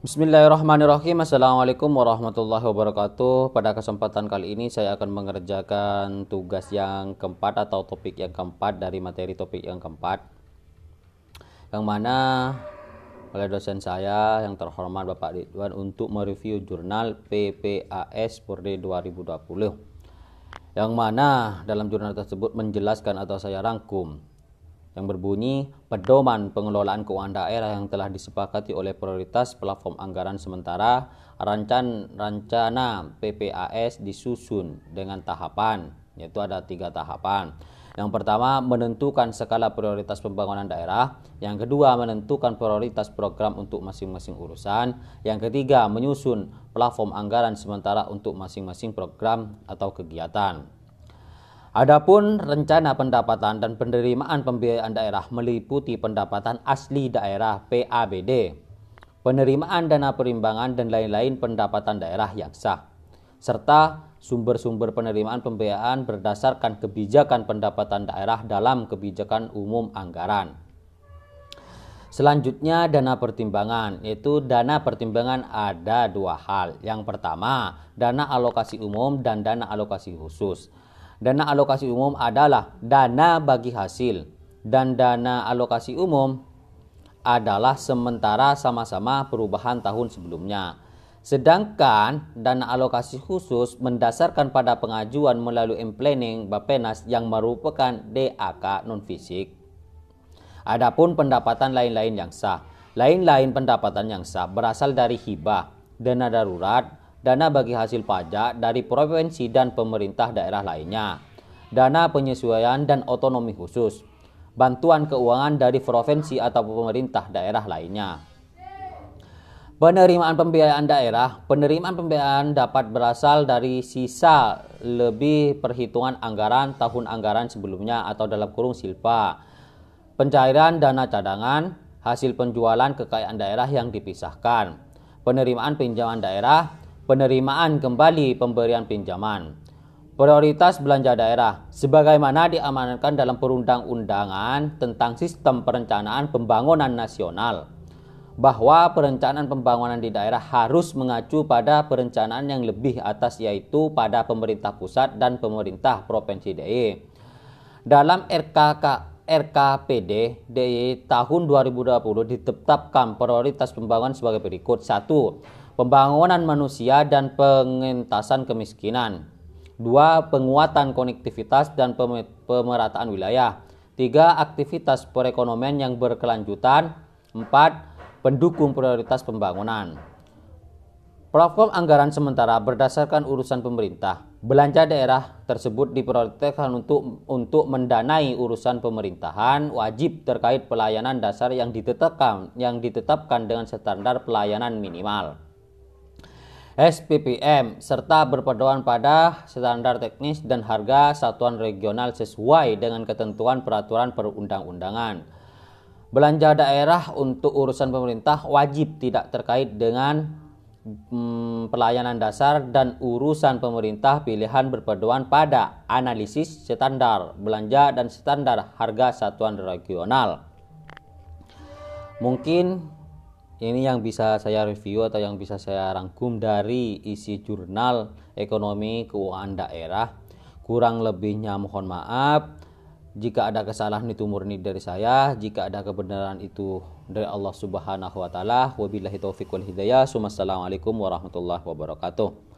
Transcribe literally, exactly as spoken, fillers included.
Bismillahirrahmanirrahim. Assalamualaikum warahmatullahi wabarakatuh. Pada kesempatan kali ini saya akan mengerjakan tugas yang keempat atau topik yang keempat dari materi topik yang keempat, yang mana oleh dosen saya yang terhormat Bapak Ridwan untuk mereview jurnal P P A S Purde dua ribu dua puluh, yang mana dalam jurnal tersebut menjelaskan atau saya rangkum yang berbunyi pedoman pengelolaan keuangan daerah yang telah disepakati oleh prioritas platform anggaran sementara. Rancan, rencana P P A S disusun dengan tahapan, yaitu ada tiga tahapan. Yang pertama, menentukan skala prioritas pembangunan daerah. Yang kedua, menentukan prioritas program untuk masing-masing urusan. Yang ketiga, menyusun platform anggaran sementara untuk masing-masing program atau kegiatan. Adapun rencana pendapatan dan penerimaan pembiayaan daerah meliputi pendapatan asli daerah P A B D, penerimaan dana perimbangan dan lain-lain pendapatan daerah yang sah, serta sumber-sumber penerimaan pembiayaan berdasarkan kebijakan pendapatan daerah dalam kebijakan umum anggaran. Selanjutnya dana pertimbangan, yaitu dana pertimbangan ada dua hal. Yang pertama, dana alokasi umum dan dana alokasi khusus. Dana alokasi umum adalah dana bagi hasil, dan dana alokasi umum adalah sementara sama-sama perubahan tahun sebelumnya. Sedangkan dana alokasi khusus mendasarkan pada pengajuan melalui M-Planning Bappenas yang merupakan D A K non-fisik. Adapun pendapatan lain-lain yang sah. Lain-lain pendapatan yang sah berasal dari hibah, dana darurat, dana bagi hasil pajak dari provinsi dan pemerintah daerah lainnya, dana penyesuaian dan otonomi khusus, bantuan keuangan dari provinsi atau pemerintah daerah lainnya. Penerimaan pembiayaan daerah. Penerimaan pembiayaan dapat berasal dari sisa lebih perhitungan anggaran tahun anggaran sebelumnya atau dalam kurung silpa, pencairan dana cadangan, hasil penjualan kekayaan daerah yang dipisahkan, penerimaan pinjaman daerah, penerimaan kembali pemberian pinjaman. Prioritas belanja daerah sebagaimana diamanatkan dalam perundang-undangan tentang sistem perencanaan pembangunan nasional, bahwa perencanaan pembangunan di daerah harus mengacu pada perencanaan yang lebih atas, yaitu pada pemerintah pusat dan pemerintah provinsi D I Y. Dalam R K K R K P D D I Y tahun dua ribu dua puluh ditetapkan prioritas pembangunan sebagai berikut. Satu, pembangunan manusia dan pengentasan kemiskinan. Dua, penguatan konektivitas dan pemerataan wilayah. Tiga, aktivitas perekonomian yang berkelanjutan. Empat, pendukung prioritas pembangunan. Platform anggaran sementara berdasarkan urusan pemerintah. Belanja daerah tersebut diprioritaskan untuk untuk mendanai urusan pemerintahan wajib terkait pelayanan dasar yang ditetapkan yang ditetapkan dengan standar pelayanan minimal S P P M serta berpedoman pada standar teknis dan harga satuan regional sesuai dengan ketentuan peraturan perundang-undangan. Belanja daerah untuk urusan pemerintah wajib tidak terkait dengan Hmm, pelayanan dasar dan urusan pemerintah pilihan berpedoman pada analisis standar belanja dan standar harga satuan regional. Mungkin ini yang bisa saya review atau yang bisa saya rangkum dari isi jurnal ekonomi keuangan daerah. Kurang lebihnya mohon maaf. Jika ada kesalahan itu murni dari saya, jika ada kebenaran itu dari Allah Subhanahu wa taala. Wabillahi taufiq wal hidayah. Wassalamualaikum warahmatullahi wabarakatuh.